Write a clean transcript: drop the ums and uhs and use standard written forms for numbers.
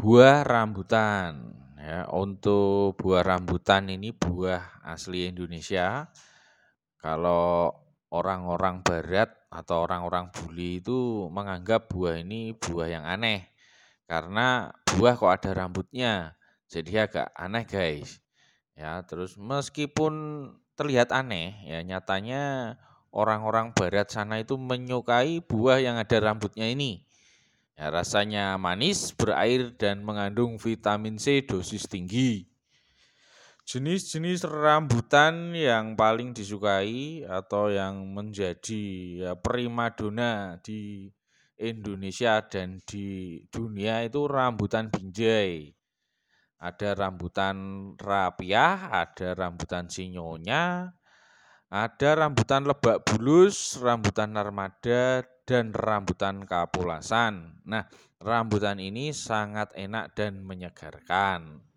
Buah rambutan, ya. Untuk buah rambutan ini buah asli Indonesia. Kalau orang-orang barat atau orang-orang bule itu menganggap buah ini buah yang aneh. Karena buah kok ada rambutnya. Jadi agak aneh, guys. Ya, terus meskipun terlihat aneh, ya nyatanya orang-orang barat sana itu menyukai buah yang ada rambutnya ini. Ya, rasanya manis, berair, dan mengandung vitamin C dosis tinggi. Jenis-jenis rambutan yang paling disukai atau yang menjadi primadona di Indonesia dan di dunia itu rambutan binjai. Ada rambutan rapiah, ada rambutan sinyonya, ada rambutan lebak bulus, rambutan narmada, dan rambutan kapulasan. Nah, rambutan ini sangat enak dan menyegarkan.